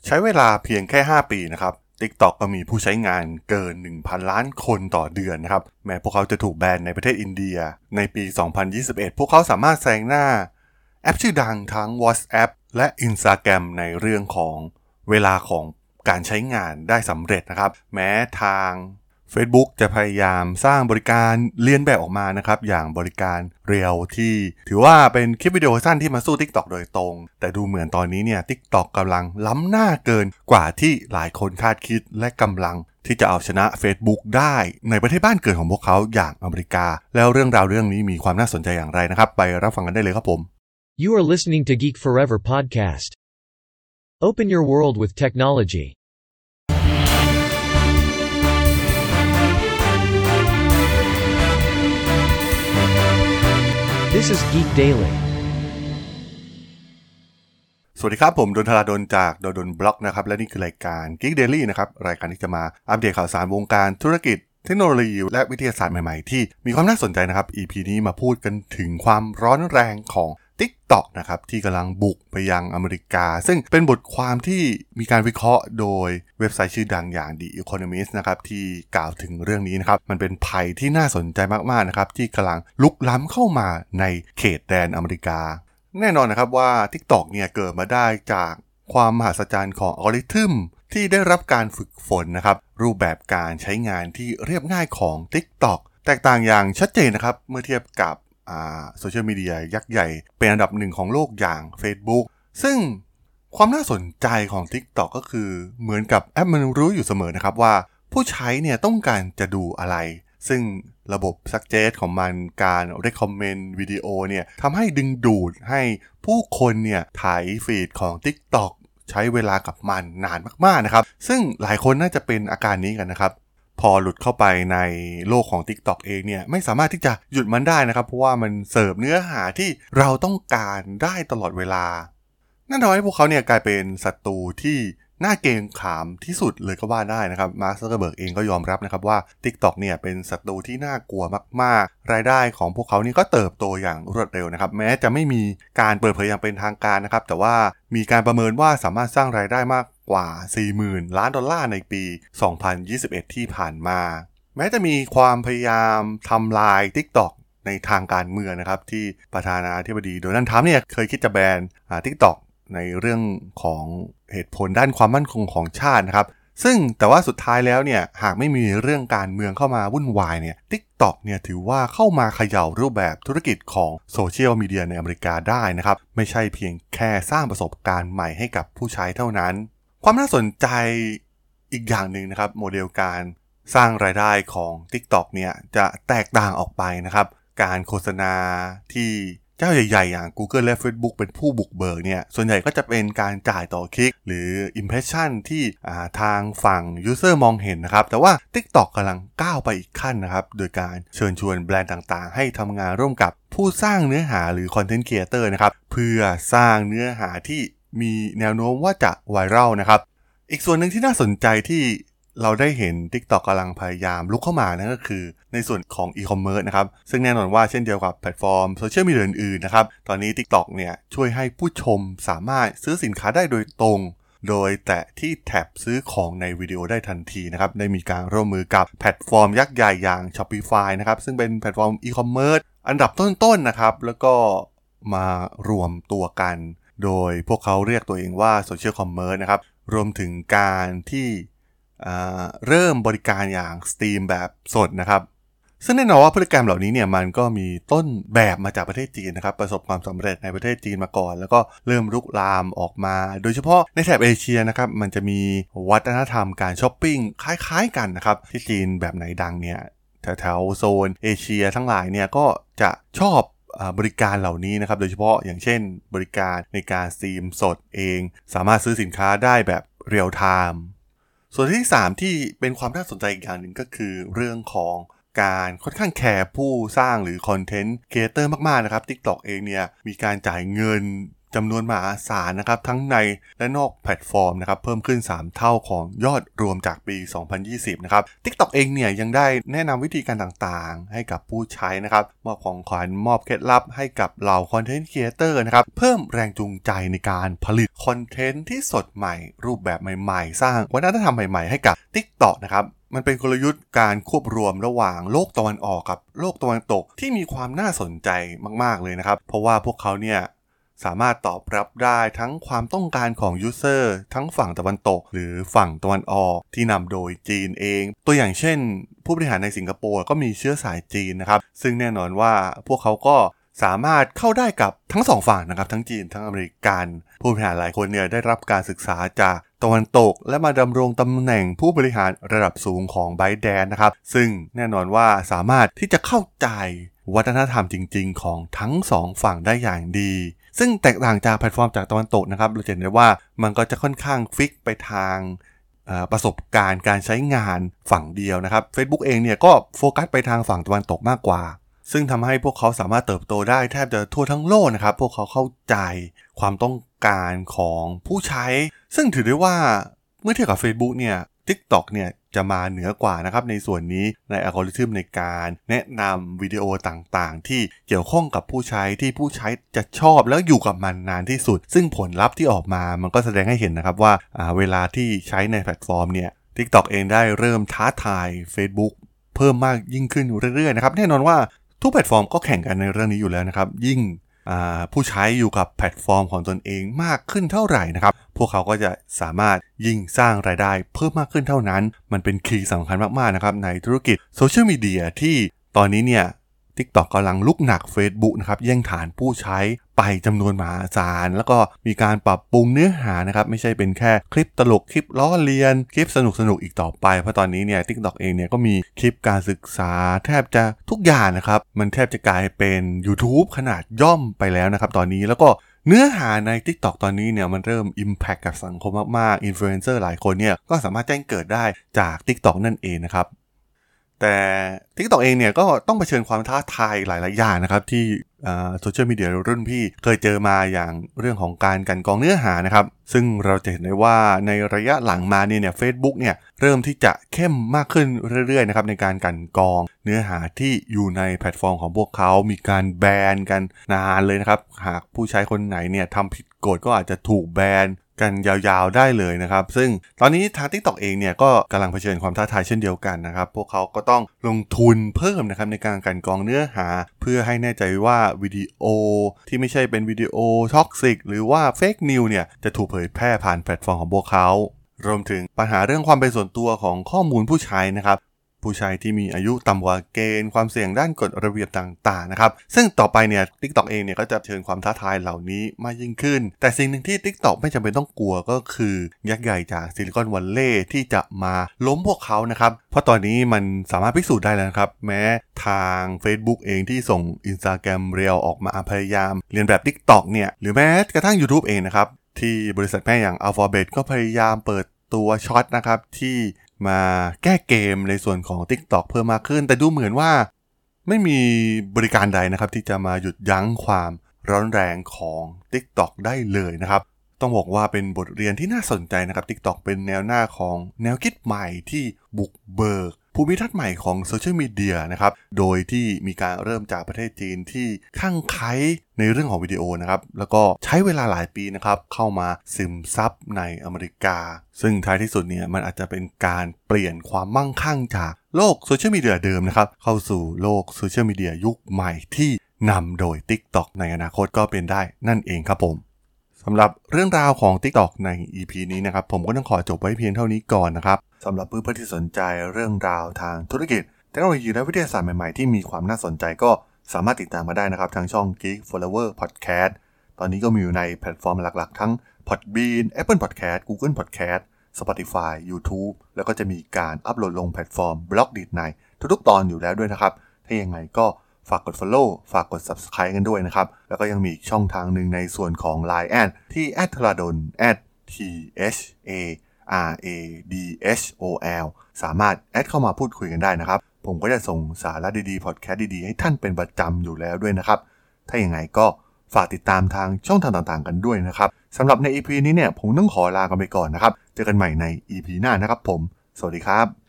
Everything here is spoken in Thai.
ใช้เวลาเพียงแค่5ปีนะครับ TikTok ก็มีผู้ใช้งานเกิน 1,000 ล้านคนต่อเดือนนะครับแม้พวกเขาจะถูกแบนในประเทศอินเดียในปี 2021 พวกเขาสามารถแซงหน้าแอปชื่อดังทั้ง WhatsApp และ Instagram ในเรื่องของเวลาของการใช้งานได้สำเร็จนะครับแม้ทาง Facebook จะพยายามสร้างบริการเลียนแบบออกมานะครับอย่างบริการเรียลที่ถือว่าเป็นคลิปวิดีโอสั้นที่มาสู้ TikTok โดยตรงแต่ดูเหมือนตอนนี้เนี่ย TikTok กำลังล้ำหน้าเกินกว่าที่หลายคนคาดคิดและกำลังที่จะเอาชนะ Facebook ได้ในประเทศบ้านเกิดของพวกเขาอย่างอเมริกาแล้วเรื่องราวเรื่องนี้มีความน่าสนใจอย่างไรนะครับไปรับฟังกันได้เลยครับผม You are listening to Geek Forever podcast. Open your world with technology.This is Geek Daily. สวัสดีครับผมดนทราดลจากดนบล็อกนะครับและนี่คือรายการ Geek Daily นะครับรายการที่จะมาอัปเดตข่าวสารวงการธุรกิจเทคโนโลยีและวิทยาศาสตร์ใหม่ๆที่มีความน่าสนใจนะครับ EP นี้มาพูดกันถึงความร้อนแรงของ TikTok นะครับที่กำลังบุกไปยังอเมริกาซึ่งเป็นบทความที่มีการวิเคราะห์โดยเว็บไซต์ชื่อดังอย่าง The Economist นะครับที่กล่าวถึงเรื่องนี้นะครับมันเป็นภัยที่น่าสนใจมากๆนะครับที่กำลังลุกล้ำเข้ามาในเขตแดนอเมริกาแน่นอนนะครับว่า TikTok เนี่ยเกิดมาได้จากความมหัศจรรย์ของอัลกอริทึมที่ได้รับการฝึกฝนนะครับรูปแบบการใช้งานที่เรียบง่ายของ TikTok แตกต่างอย่างชัดเจนนะครับเมื่อเทียบกับโซเชียลมีเดียยักษ์ใหญ่เป็นอันดับหนึ่งของโลกอย่าง Facebook ซึ่งความน่าสนใจของ TikTok ก็คือเหมือนกับแอปมันรู้อยู่เสมอนะครับว่าผู้ใช้เนี่ยต้องการจะดูอะไรซึ่งระบบ suggest ของมันการ recommend วิดีโอเนี่ยทำให้ดึงดูดให้ผู้คนเนี่ยถ่ายฟีดของ TikTok ใช้เวลากับมันนานมากๆนะครับซึ่งหลายคนน่าจะเป็นอาการนี้กันนะครับพอหลุดเข้าไปในโลกของ TikTok เองเนี่ยไม่สามารถที่จะหยุดมันได้นะครับเพราะว่ามันเสิร์ฟเนื้อหาที่เราต้องการได้ตลอดเวลานั่นทำให้พวกเขาเนี่ยกลายเป็นศัตรูที่น่าเกรงขามที่สุดเลยก็ว่าได้นะครับมาร์ค ซักเคอร์เบิร์กเองก็ยอมรับนะครับว่า TikTok เนี่ยเป็นศัตรูที่น่ากลัวมากๆรายได้ของพวกเขานี่ก็เติบโตอย่างรวดเร็วนะครับแม้จะไม่มีการเปิดเผยอย่างเป็นทางการนะครับแต่ว่ามีการประเมินว่าสามารถสร้างรายได้มากกว่า 40,000 ล้านดอลลาร์ในปี 2021 ที่ผ่านมาแม้จะมีความพยายามทำลาย TikTok ในทางการเมืองนะครับที่ประธานาธิบดีโดนัลด์ทรัมป์เนี่ยเคยคิดจะแบนTikTok ในเรื่องของเหตุผลด้านความมั่นคงของชาตินะครับซึ่งแต่ว่าสุดท้ายแล้วเนี่ยหากไม่มีเรื่องการเมืองเข้ามาวุ่นวายเนี่ย TikTok เนี่ยถือว่าเข้ามาเขย่ารูปแบบธุรกิจของโซเชียลมีเดียในอเมริกาได้นะครับไม่ใช่เพียงแค่สร้างประสบการณ์ใหม่ให้กับผู้ใช้เท่านั้นความน่าสนใจอีกอย่างหนึ่งนะครับโมเดลการสร้างรายได้ของ TikTok เนี่ยจะแตกต่างออกไปนะครับการโฆษณาที่เจ้าใหญ่ๆอย่าง Google และ Facebook เป็นผู้บุกเบิกเนี่ยส่วนใหญ่ก็จะเป็นการจ่ายต่อคลิกหรือ impression ที่ทางฝั่ง user มองเห็นนะครับแต่ว่า TikTok กำลังก้าวไปอีกขั้นนะครับโดยการเชิญชวนแบรนด์ต่างๆให้ทำงานร่วมกับผู้สร้างเนื้อหาหรือ content creator นะครับเพื่อสร้างเนื้อหาที่มีแนวโน้มว่าจะไวรัลนะครับอีกส่วนหนึ่งที่น่าสนใจที่เราได้เห็น TikTok กำลังพยายามลุกเข้ามานั่นก็คือในส่วนของอีคอมเมิร์ซนะครับซึ่งแน่นอนว่าเช่นเดียวกับแพลตฟอร์มโซเชียลมีเดียอื่นๆนะครับตอนนี้ TikTok เนี่ยช่วยให้ผู้ชมสามารถซื้อสินค้าได้โดยตรงโดยแตะที่แท็บซื้อของในวิดีโอได้ทันทีนะครับได้มีการร่วมมือกับแพลตฟอร์มยักษ์ใหญ่อย่าง Shopify นะครับซึ่งเป็นแพลตฟอร์มอีคอมเมิร์ซอันดับต้นๆนะครับแล้วก็มารวมตัวกันโดยพวกเขาเรียกตัวเองว่าโซเชียลคอมเมิร์ซนะครับรวมถึงการที่เริ่มบริการอย่าง Steam แบบสดนะครับซึ่งแน่นอนว่าพฤติกรรมเหล่านี้เนี่ยมันก็มีต้นแบบมาจากประเทศจีนนะครับประสบความสำเร็จในประเทศจีนมาก่อนแล้วก็เริ่มลุกลามออกมาโดยเฉพาะในแถบเอเชียนะครับมันจะมีวัฒนธรรมการช้อปปิ้งคล้ายๆกันนะครับที่จีนแบบไหนดังเนี่ยแถวๆโซนเอเชียทั้งหลายเนี่ยก็จะชอบบริการเหล่านี้นะครับโดยเฉพาะอย่างเช่นบริการในการสตรีมสดเองสามารถซื้อสินค้าได้แบบเรียลไทม์ส่วนที่3ที่เป็นความน่าสนใจอีกอย่างหนึ่งก็คือเรื่องของการค่อนข้างแคร์ผู้สร้างหรือคอนเทนต์ครีเอเตอร์มากๆนะครับ TikTok เองเนี่ยมีการจ่ายเงินจำนวนมหาศาลนะครับทั้งในและนอกแพลตฟอร์มนะครับเพิ่มขึ้น3เท่าของยอดรวมจากปี 2020 นะครับ TikTok เองเนี่ยยังได้แนะนำวิธีการต่างๆให้กับผู้ใช้นะครับมอบของขวัญมอบเคล็ดลับให้กับเหล่าคอนเทนต์ครีเอเตอร์นะครับเพิ่มแรงจูงใจในการผลิตคอนเทนต์ที่สดใหม่รูปแบบใหม่ๆสร้างวัฒนธรรมใหม่ๆให้กับ TikTok นะครับมันเป็นกลยุทธ์การควบรวมระหว่างโลกตะวันออกกับโลกตะวันตกที่มีความน่าสนใจมากๆเลยนะครับเพราะว่าพวกเขาเนี่ยสามารถตอบรับได้ทั้งความต้องการของยูเซอร์ทั้งฝั่งตะวันตกหรือฝั่งตะวันออกที่นำโดยจีนเองตัวอย่างเช่นผู้บริหารในสิงคโปร์ก็มีเชื้อสายจีนนะครับซึ่งแน่นอนว่าพวกเขาก็สามารถเข้าได้กับทั้งสองฝั่งนะครับทั้งจีนทั้งอเมริกันผู้บริหารหลายคนเนี่ยได้รับการศึกษาจากตะวันตกและมาดำรงตำแหน่งผู้บริหารระดับสูงของ ByteDance นะครับซึ่งแน่นอนว่าสามารถที่จะเข้าใจวัฒนธรรมจริงๆของทั้งสองฝั่งได้อย่างดีซึ่งแตกต่างจากแพลตฟอร์มจากตะวันตกนะครับเราจะเห็นได้ว่ามันก็จะค่อนข้างฟิกไปทางประสบการณ์การใช้งานฝั่งเดียวนะครับ Facebook เองเนี่ยก็โฟกัสไปทางฝั่งตะวันตกมากกว่าซึ่งทำให้พวกเขาสามารถเติบโตได้แทบจะทั่วทั้งโลกนะครับพวกเขาเข้าใจความต้องการของผู้ใช้ซึ่งถือได้ว่าเมื่อเทียบกับ Facebook เนี่ย TikTok เนี่ยจะมาเหนือกว่านะครับในส่วนนี้ในอัลกอริทึมในการแนะนำวิดีโอต่างๆที่เกี่ยวข้องกับผู้ใช้ที่ผู้ใช้จะชอบแล้วอยู่กับมันนานที่สุดซึ่งผลลัพธ์ที่ออกมามันก็แสดงให้เห็นนะครับว่าเวลาที่ใช้ในแพลตฟอร์มเนี่ย TikTok เองได้เริ่มท้าทาย Facebook เพิ่มมากยิ่งขึ้นเรื่อยๆนะครับแน่นอนว่าทุกแพลตฟอร์มก็แข่งกันในเรื่องนี้อยู่แล้วนะครับยิ่งผู้ใช้อยู่กับแพลตฟอร์มของตนเองมากขึ้นเท่าไหร่นะครับพวกเขาก็จะสามารถยิ่งสร้างรายได้เพิ่มมากขึ้นเท่านั้นมันเป็นคีย์สำคัญมากๆนะครับในธุรกิจโซเชียลมีเดียที่ตอนนี้เนี่ย TikTok กำลังลุกหนัก Facebook นะครับแย่งฐานผู้ใช้ไปจำนวนมหาศาลแล้วก็มีการปรับปรุงเนื้อหานะครับไม่ใช่เป็นแค่คลิปตลกคลิปล้อเลียนคลิปสนุกๆอีกต่อไปเพราะตอนนี้เนี่ย TikTok เองเนี่ยก็มีคลิปการศึกษาแทบจะทุกอย่างนะครับมันแทบจะกลายเป็น YouTube ขนาดย่อมไปแล้วนะครับตอนนี้แล้วก็เนื้อหาใน TikTok ตอนนี้เนี่ยมันเริ่ม impact กับสังคมมากๆอินฟลูเอนเซอร์หลายคนเนี่ยก็สามารถแจ้งเกิดได้จาก TikTok นั่นเองนะครับแต่ TikTok เองเนี่ยก็ต้องเผชิญความท้าทายหลายๆอย่างนะครับที่โซเชียลมีเดียรุ่นพี่เคยเจอมาอย่างเรื่องของการกลั่นกรองเนื้อหานะครับซึ่งเราจะเห็นได้ว่าในระยะหลังมาเนี่ย Facebook เนี่ยเริ่มที่จะเข้มมากขึ้นเรื่อยๆนะครับในการกลั่นกรองเนื้อหาที่อยู่ในแพลตฟอร์มของพวกเขามีการแบนกันนานเลยนะครับหากผู้ใช้คนไหนเนี่ยทำผิดกฎก็อาจจะถูกแบนกันยาวๆได้เลยนะครับซึ่งตอนนี้ทาง TikTok เองเนี่ยก็กำลังเผชิญความท้าทายเช่นเดียวกันนะครับพวกเขาก็ต้องลงทุนเพิ่มนะครับในการกลั่นกรองเนื้อหาเพื่อให้แน่ใจว่าวิดีโอที่ไม่ใช่เป็นวิดีโอท็อกซิกหรือว่าเฟกนิวเนี่ยจะถูกเผยแพร่ผ่านแพลตฟอร์มของพวกเขารวมถึงปัญหาเรื่องความเป็นส่วนตัวของข้อมูลผู้ใช้นะครับผู้ใช้ที่มีอายุต่ำกว่าเกณฑ์ความเสี่ยงด้านกฎระเบียบต่างๆนะครับซึ่งต่อไปเนี่ย TikTok เองเนี่ยก็จะเชิญความท้าทายเหล่านี้มากยิ่งขึ้นแต่สิ่งหนึ่งที่ TikTok ไม่จำเป็นต้องกลัวก็คือยักษ์ใหญ่จากซิลิคอนวัลเลย์ที่จะมาล้มพวกเขานะครับเพราะตอนนี้มันสามารถพิสูจน์ได้แล้วครับแม้ทาง Facebook เองที่ส่ง Instagram Reel ออกมาพยายามเรียนแบบ TikTok เนี่ยหรือแม้กระทั่ง YouTube เองนะครับที่บริษัทแม่อย่าง Alphabet ก็พยายามเปิดตัวช็อตนะครับที่มาแก้เกมในส่วนของ TikTok เพิ่มมากขึ้นแต่ดูเหมือนว่าไม่มีบริการใดนะครับที่จะมาหยุดยั้งความร้อนแรงของ TikTok ได้เลยนะครับต้องบอกว่าเป็นบทเรียนที่น่าสนใจนะครับ TikTok เป็นแนวหน้าของแนวคิดใหม่ที่บุกเบิกภูมิทัศน์ใหม่ของโซเชียลมีเดียนะครับโดยที่มีการเริ่มจากประเทศจีนที่คลั่งไคล้ในเรื่องของวิดีโอนะครับแล้วก็ใช้เวลาหลายปีนะครับเข้ามาซึมซับในอเมริกาซึ่งท้ายที่สุดเนี่ยมันอาจจะเป็นการเปลี่ยนความมั่งคั่งจากโลกโซเชียลมีเดียเดิมนะครับเข้าสู่โลกโซเชียลมีเดียยุคใหม่ที่นำโดย TikTok ในอนาคตก็เป็นได้นั่นเองครับผมสำหรับเรื่องราวของ TikTok ใน EP นี้นะครับผมก็ต้องขอจบไว้เพียงเท่านี้ก่อนนะครับสำหรับเพื่อนๆที่สนใจเรื่องราวทางธุรกิจเทคโนโลยีและวิทยาศาสตร์ใหม่ๆที่มีความน่าสนใจก็สามารถติดตามมาได้นะครับทางช่อง Geek Flower Podcast ตอนนี้ก็มีอยู่ในแพลตฟอร์มหลักๆทั้ง Podbean Apple Podcast Google Podcast Spotify YouTube แล้วก็จะมีการอัปโหลดลงแพลตฟอร์ม Blogdit ในทุกๆตอนอยู่แล้วด้วยนะครับถ้ายังไงก็ฝากกด follow ฝากกด subscribe กันด้วยนะครับแล้วก็ยังมีอีกช่องทางหนึ่งในส่วนของ Line แอดที่ @thradol @THARADSOL สามารถแอดเข้ามาพูดคุยกันได้นะครับผมก็จะส่งสาระดีๆพอดแคสต์ดีๆให้ท่านเป็นประจำอยู่แล้วด้วยนะครับถ้าอย่างไรก็ฝากติดตามทางช่องทางต่างๆกันด้วยนะครับสำหรับใน EP นี้เนี่ยผมต้องขอลากันไปก่อนนะครับเจอกันใหม่ใน EP หน้านะครับผมสวัสดีครับ